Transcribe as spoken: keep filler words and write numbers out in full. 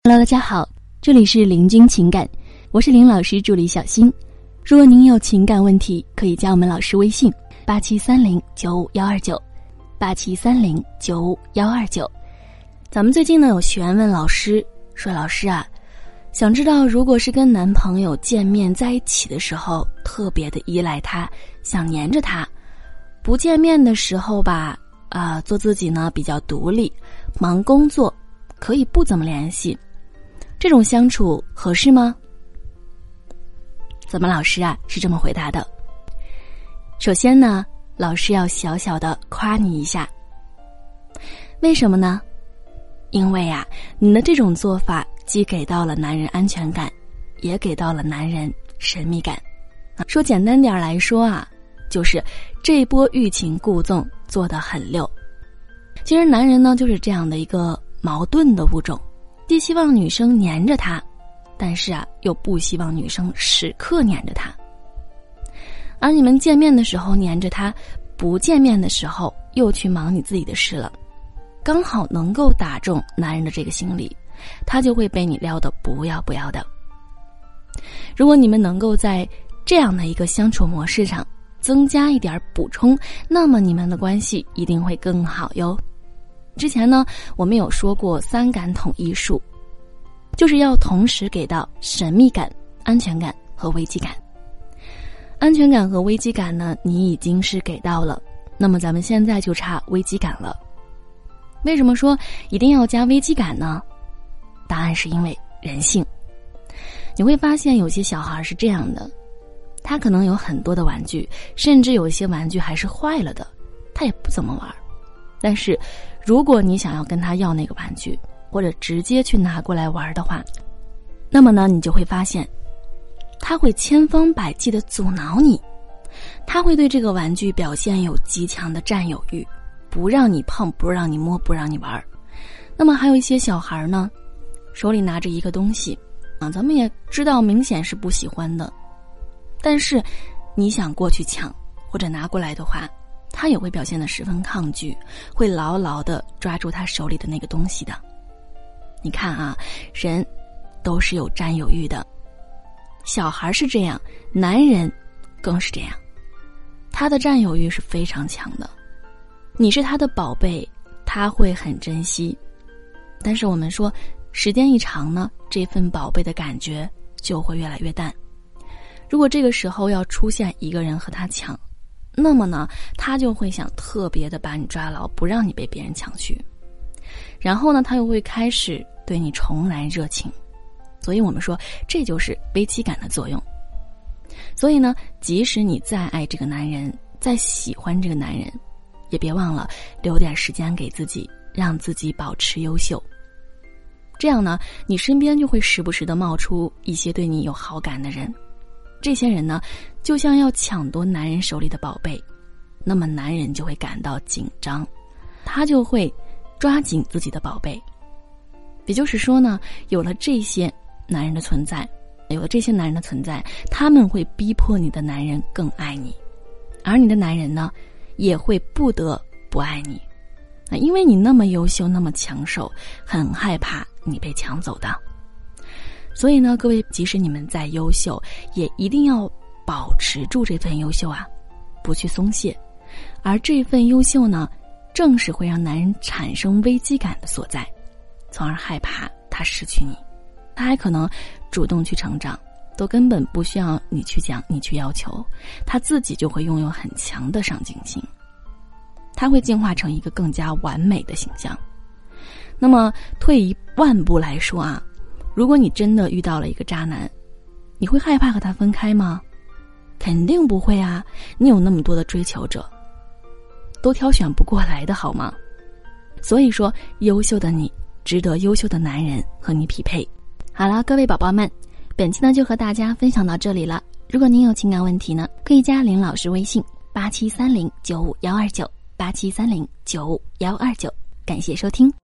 Hello， 大家好，这里是林君情感，我是林老师助理小新。如果您有情感问题，可以加我们老师微信八七三零九五幺二九，八七三零九五幺二九。咱们最近呢有学员问老师说，老师啊，想知道如果是跟男朋友见面在一起的时候特别的依赖他，想黏着他，不见面的时候吧，啊、呃，做自己呢比较独立，忙工作，可以不怎么联系。这种相处合适吗？咱们老师啊是这么回答的。首先呢，老师要小小的夸你一下。为什么呢？因为啊，你的这种做法既给到了男人安全感，也给到了男人神秘感。说简单点来说啊，就是这波欲擒故纵做得很溜。其实男人呢就是这样的一个矛盾的物种，既希望女生黏着他，但是啊又不希望女生时刻黏着他。而你们见面的时候黏着他，不见面的时候又去忙你自己的事了，刚好能够打中男人的这个心理，他就会被你撩得不要不要的。如果你们能够在这样的一个相处模式上增加一点补充，那么你们的关系一定会更好哟。之前呢我们有说过三感统一术，就是要同时给到神秘感、安全感和危机感。安全感和危机感呢你已经是给到了，那么咱们现在就差危机感了。为什么说一定要加危机感呢？答案是因为人性。你会发现有些小孩是这样的，他可能有很多的玩具，甚至有一些玩具还是坏了的，他也不怎么玩。但是如果你想要跟他要那个玩具，或者直接去拿过来玩的话，那么呢你就会发现他会千方百计地阻挠你，他会对这个玩具表现有极强的占有欲，不让你碰，不让你摸，不让你玩。那么还有一些小孩呢，手里拿着一个东西啊，咱们也知道明显是不喜欢的，但是你想过去抢或者拿过来的话，他也会表现得十分抗拒，会牢牢地抓住他手里的那个东西的。你看啊，人都是有占有欲的，小孩是这样，男人更是这样，他的占有欲是非常强的。你是他的宝贝，他会很珍惜，但是我们说时间一长呢，这份宝贝的感觉就会越来越淡。如果这个时候要出现一个人和他抢，那么呢他就会想特别的把你抓牢，不让你被别人抢去，然后呢他又会开始对你重燃热情。所以我们说这就是危机感的作用。所以呢即使你再爱这个男人，再喜欢这个男人，也别忘了留点时间给自己，让自己保持优秀。这样呢你身边就会时不时的冒出一些对你有好感的人，这些人呢就像要抢夺男人手里的宝贝，那么男人就会感到紧张，他就会抓紧自己的宝贝。也就是说呢，有了这些男人的存在，有了这些男人的存在，他们会逼迫你的男人更爱你，而你的男人呢也会不得不爱你，因为你那么优秀，那么抢手，很害怕你被抢走的。所以呢各位，即使你们再优秀，也一定要保持住这份优秀啊，不去松懈。而这份优秀呢正是会让男人产生危机感的所在，从而害怕他失去你。他还可能主动去成长，都根本不需要你去讲，你去要求，他自己就会拥有很强的上进心，他会进化成一个更加完美的形象。那么退一万步来说啊，如果你真的遇到了一个渣男，你会害怕和他分开吗？肯定不会啊，你有那么多的追求者，都挑选不过来的好吗？所以说优秀的你值得优秀的男人和你匹配。好了，各位宝宝们，本期呢就和大家分享到这里了。如果您有情感问题呢，可以加林老师微信八七三零九五幺二九，八七三零九五幺二九。感谢收听。